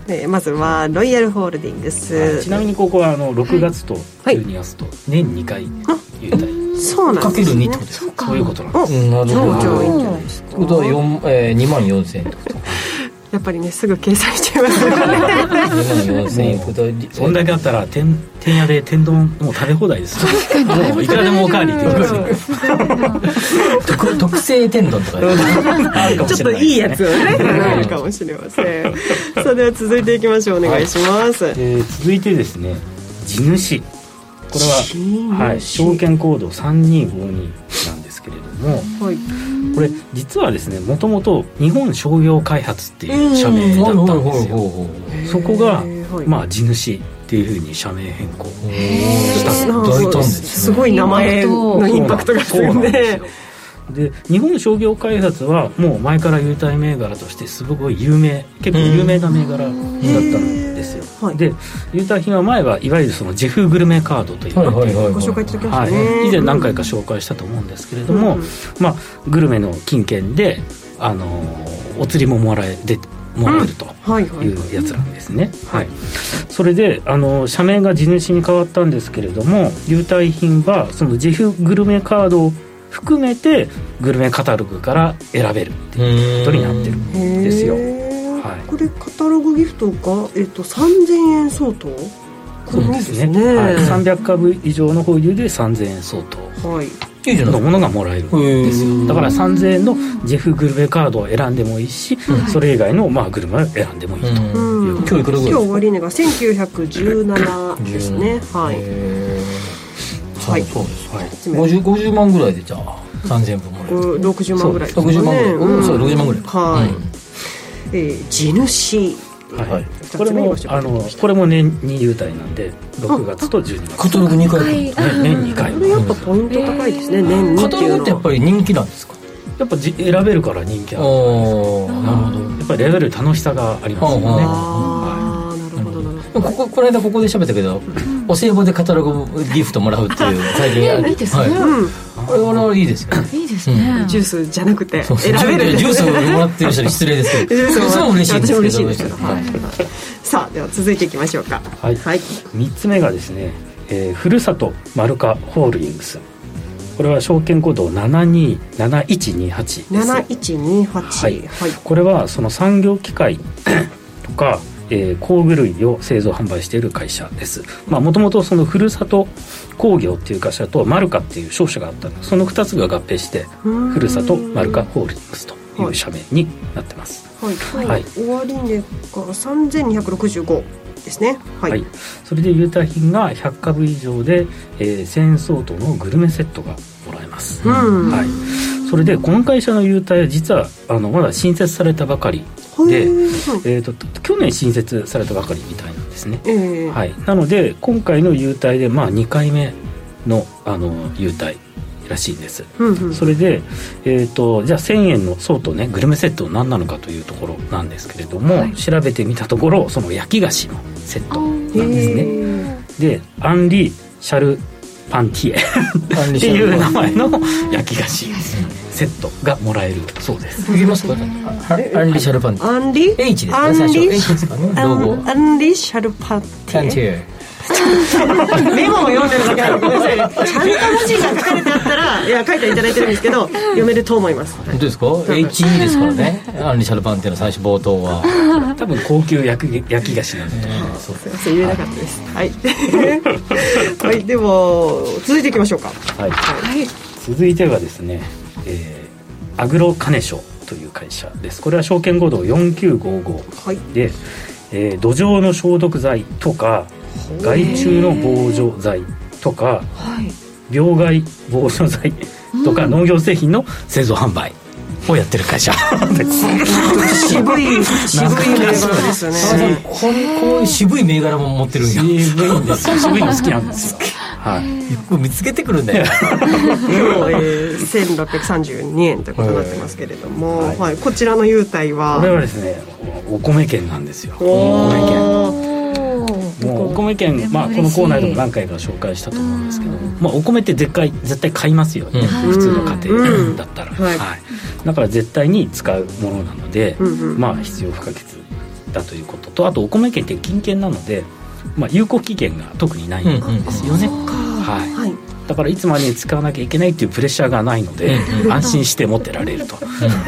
でまずはロイヤルホールディングス、 はい、ちなみにここはあのろくがつとじゅうにがつと年にかい優待、 そうなんですね、 かけるにってことですか。そういうことなんです。 なるほど。 じゃあいいんじゃないですか。 ということはにまんよんせんえんってことやっぱりねすぐ計算しちゃいますよね。にまんよんせんえんそんだけあったら天天屋で天丼もう食べ放題ですよ。もういくらでもおかわりってことです特, 特製天丼とかちょっといいやつをねあるかもしれません。さあでは続いていきましょう。お願いします。 はい、えー、続いてですね、地主、これは、はい、証券コードさんにごになんですけれども、はい、これ実はですね、もともと日本商業開発っていう社名だったんですよ。そこが、まあ、地主っていうふうに社名変更した大胆です、ね、 すごい名前のインパクトがするね。 で日本商業開発はもう前から優待銘柄としてすごい有名、結構有名な銘柄だったんですよ、はい、で優待品は前はいわゆるそのジェフグルメカードという、はいはいはい、 ご紹介いただきましたね、 はい、以前何回か紹介したと思うんですけれども、うん、まあ、グルメの金券で、あのー、お釣りももらえでもらえるというやつなんですね、うん、はいはい、それで、あのー、社名が地主に変わったんですけれども、優待品はそのジェフグルメカードを含めてグルメカタログから選べるっていうことになってるんですよ、はい、 これカタログギフトが、えっと、さんぜんえん相当。 そうですね、ね、はい、さんびゃくかぶ以上の保有でさんぜんえん相当のものがもらえるんですよ。だからさんぜんえんのジェフグルメカードを選んでもいいし、うん、それ以外の、まあ、グルメを選んでもいいという、うん、 今日終値がせんきゅうひゃくじゅうななですね。はい、 はい、そうです、はい、ごじゅう, ごじゅうまんぐらいでじゃあさんぜんぶんもらえる。 ろくじゅうまんぐらいですね。 ろくじゅうまんぐらい、うん、そうろくじゅうまんぐらい、 はい、うん、えー、地主、 はい、これもあのこれも年に優待なんでろくがつとじゅうにがつカタログにかい、 ね、年にかい。 これやっぱポイント高いですね、年にカタログってやっぱり人気なんですか。 やっぱじ選べるから人気ある。なるほど。やっぱり選べる楽しさがありますよね。 ああ、なるほどなるほど。 こここの間ここで喋ったけど、お歳暮でカタログギフトもらうっていう最近いいですね、はい、 うん、これはいいですよね。 いいですね、 うん、ジュースじゃなくて選べる。 ジュースをもらってる人に失礼ですけどジュースも嬉しいんですけど。私も嬉しいですけど、はい、 さあでは続いていきましょうか。 はい、はい、みっつめがですね、えー、ふるさとマルカホールディングス。これは証券コードななになないちにはちです。 なないちにはち、はいはい、これはその産業機械とか、えー、工具類を製造販売している会社です。もともとそのふるさと工業っていう会社とマルカっていう商社があったので、そのふたつが合併してふるさとマルカホールディングスという社名になってます。 はい、はい、終値がさんぜんにひゃくろくじゅうごですね。はい、はい、 それで優待品がひゃっかぶ以上で、えー、せんえん相当のグルメセットがもらえます。うん、はい、それでこの会社の優待は実はあのまだ新設されたばかりで、えー、と去年新設されたばかりみたいなんですね、えーはい、なので今回の優待で、まあ、にかいめ の, あの優待らしいんです、うんうん、それで、えー、とじゃあせんえんの相当ねグルメセット何なのかというところなんですけれども、はい、調べてみたところその焼き菓子のセットなんですね。でアンリ・シャルパンティエっていう名前の焼き菓子セットがもらえるそうです。 いきますか。アンリ・シャルパンティエ。 アンリ H ですね、最初 H ですかね、ロゴ。 アンリ・シャルパンティエ。メモを読んでるだけなのでごめんなさい。ちゃんと文字が書かれてあったら、いや書いていただいてるんですけど読めると思います。 本当ですか。 エイチイー ですからねアンリ・シャルパンティエの最初冒頭は多分高級焼き焼き菓子なんで、 そうすいません言えなかったです。はい、はい、では続いていきましょうか。 はい、はい、続いてはですね、えー、アグロカネショという会社です。これは証券コードよんきゅうごごで、はい、えー、土壌の消毒剤とか害虫の防除剤とか、はい、病害防除剤とか、うん、農業製品の製造販売をやってる会社渋い渋い銘柄ですよね。 こういう渋い銘柄も持ってるんや。 渋いんですよ。渋いの好きなんですよ。 はい、よく見つけてくるんだよ今日、えー、せんろっぴゃくさんじゅうにえんということになってますけれども、はいはい、こちらの優待はこれはですねお米券なんですよ。お米券もうお米券、まあ、このコーナーでも何回か紹介したと思うんですけど、まあ、お米って絶対、絶対買いますよね、うん、普通の家庭だったら、うんはいはい、だから絶対に使うものなので、うんうん、まあ、必要不可欠だということと、あとお米券って金券なので、まあ、有効期限が特にないんですよね、うんうん、はい、はい、 だからいつまでに使わなきゃいけないっていうプレッシャーがないので、うん、安心して持ってられると、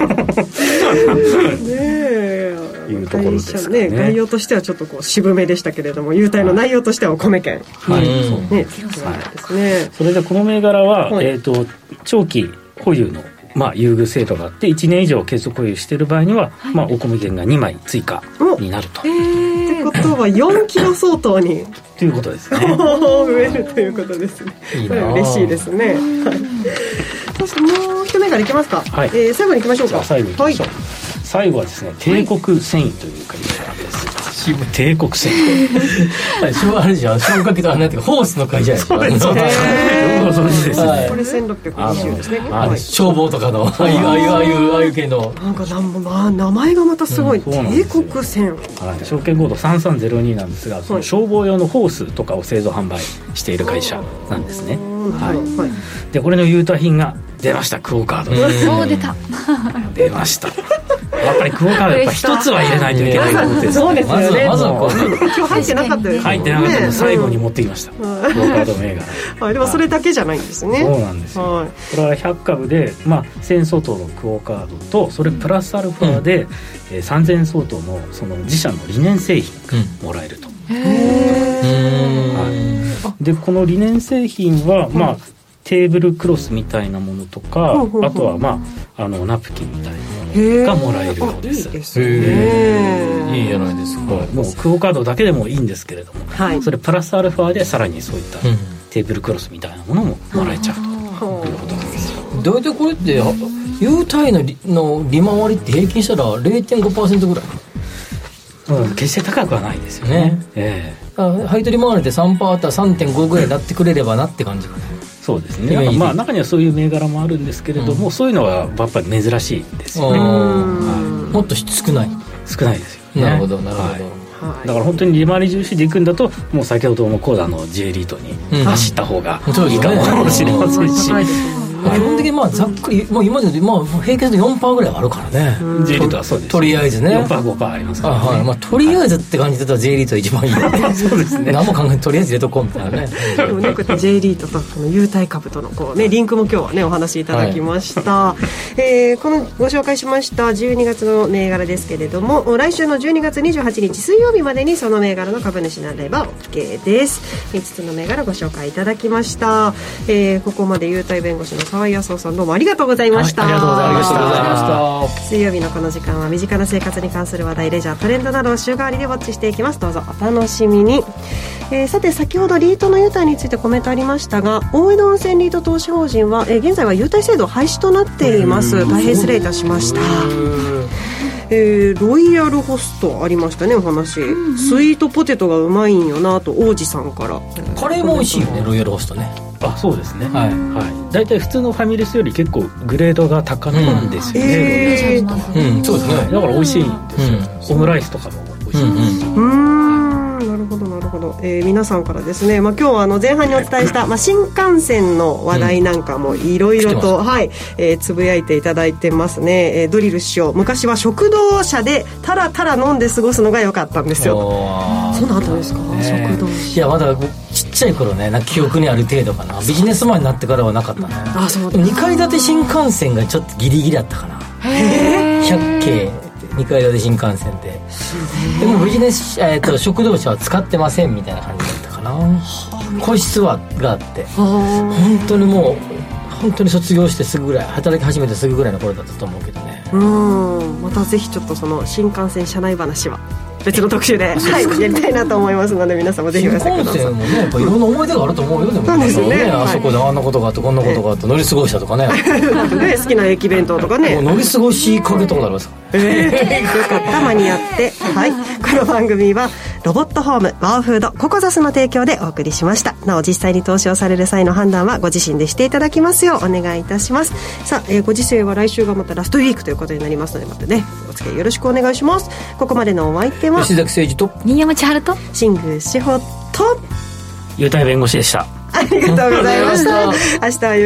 ねえいうところですかね。概要としてはちょっとこう渋めでしたけれども、優待の内容としてはお米券、 はい、そうね、 ですね。 それでこの銘柄は、はい、えーと長期保有のまあ、優遇制度があっていちねん以上継続保有している場合には、はい、まあ、お米券がにまい追加になると。 えー、ってことはよんキロ相当にということですね増えるということですね。いいな、嬉しいですね、はい、そしてもう一銘柄いきますか、はい、えー、最後にいきましょうか。 最後にいきましょう、はい、最後はですね帝国繊維という会社なんです。帝国繊維あれじゃん、消火器とはなんていうかホースの会社やそうですね。 そうですね、はい、これせんろっぴゃくにじゅうですね。 はい、消防とかのああいうああいうああいうああいう系のなんかなんも、まあ、名前がまたすごい、うん、帝国繊維、 はい、証券コードさんさんゼロになんですが、その消防用のホースとかを製造販売している会社なんですね。はいはい、でこれの優待品が出ました。クオカード、 そう出た出ましたやっぱりクオカードやっぱ一つは入れないといけないと思ってそうですよね。 まずはこう今日入ってなかったです、ね、 入ってなかったので最後に持ってきました、うん、クオカード銘柄、 はい、でもそれだけじゃないんですね。 そうなんですよ、はい、これはひゃくかぶで、まあ、せん相当のクオカードとそれプラスアルファで、うんえー、さんぜん相当のその自社のリネン製品がもらえると、うん、へー、はい、でこのリネン製品は、まあ、テーブルクロスみたいなものとか、うん、あとは、まあ、あのナプキンみたいなものがもらえるようです。 いいですね。 いいじゃないですか。 もうクオカードだけでもいいんですけれども、はい、それプラスアルファでさらにそういったテーブルクロスみたいなものももらえちゃうということなんですよ。 大体これって優待の利、の利回りって平均したら れいてんごパーセント ぐらい、 うん、決して高くはないですよね。ね、えー、配当利回りで さんパーセント あったら さんてんご ぐらいになってくれればなって感じかね。 そうですね。まあ、中にはそういう銘柄もあるんですけれども、うん、そういうのはやっぱり珍しいですよね。 はい、もっと少ない少ないですよね。 なるほどなるほど、はいはい、だから本当に利回り重視でいくんだともう先ほどのコーダの J リートに走った方がいいかもしれませんし、うん基本的にまあざっくりもう今までまあ平均で よんパーセント ぐらいはあるからね。 J リートはそうです、ね、 とりあえずねよんパーセントごパーセント ありますからね。 あ、はい、まあ、とりあえずって感じだったら J リート一番いいそうですね。何も考えてとりあえず入れとこうみたいなねでもねこうやって J リートとこの優待株とのこう、ね、リンクも今日はねお話しいただきました、はい、えー、このご紹介しましたじゅうにがつの銘柄ですけれども、来週のじゅうにがつにじゅうはちにち水曜日までにその銘柄の株主になれば OK です。みっつの銘柄ご紹介いただきました、えー、ここまで優待弁護士の沢井康夫さんどうもありがとうございました、 はい、ありがとうございました。 水曜日のこの時間は身近な生活に関する話題、レジャー、トレンドなどを週替わりでウォッチしていきます。どうぞお楽しみに、えー、さて先ほどリートの優待についてコメントありましたが、大江戸温泉リート投資法人は、えー、現在は優待制度廃止となっています。大変失礼いたしました。えー、ロイヤルホストありましたねお話、うんうん、スイートポテトがうまいんよなと王子さんから。 カレーも美味しいよねロイヤルホストね。 あ、そうですね、はいはい、だいたい普通のファミレスより結構グレードが高めなんですよね、うんえーうん、そうですね。 だから美味しいんですよ、うん、オムライスとかも美味しいんです、 うんうん、うーんなるほどなるほど、えー、皆さんからですね、まあ、今日はあの前半にお伝えした、まあ、新幹線の話題なんかもいろいろと、うんはいえー、つぶやいていただいてますね、えー、ドリル師匠昔は食堂車でタラタラ飲んで過ごすのが良かったんですよ。そうなんですか、ね、食堂車。 いやまだちっちゃい頃ねなんか記憶にある程度かな。ビジネスマンになってからはなかったね。 あそうです。 にかい建て新幹線がちょっとギリギリだったかな。 へーひゃっけいにかい建て新幹線ででもビジネス、えー、と食堂車は使ってませんみたいな感じだったかな。個室はがあって本当にもう本当に卒業してすぐぐらい働き始めてすぐぐらいの頃だったと思うけどね。 うんまたぜひちょっとその新幹線車内話は別の特集で、はい、やりたいなと思いますので皆さんもぜひお寄せください。 新幹線もねやっぱいろんな思い出があると思うよ。でもそうですね、ねあそこであんなことがあってこんなことがあって乗り過ごしたとかねね好きな駅弁当とかね乗り過ごしかけたことありますからね、 えー、よかった間に合ってはいこの番組はロボットホームワーフードココザスの提供でお送りしました。なお実際に投資をされる際の判断はご自身でしていただきますようお願いいたします。さあ、えー、ご時世は来週がまたラストウィークということになりますのでまたねお付き合いよろしくお願いします。ここまでのお相手は吉崎誠二と新山千春と新宮志保と優待弁護士でした。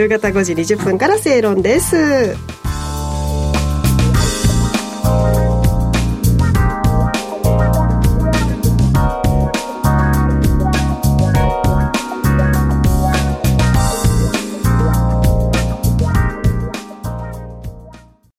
ありがとうございました明日は夕方ごじにじゅっぷんから正論です。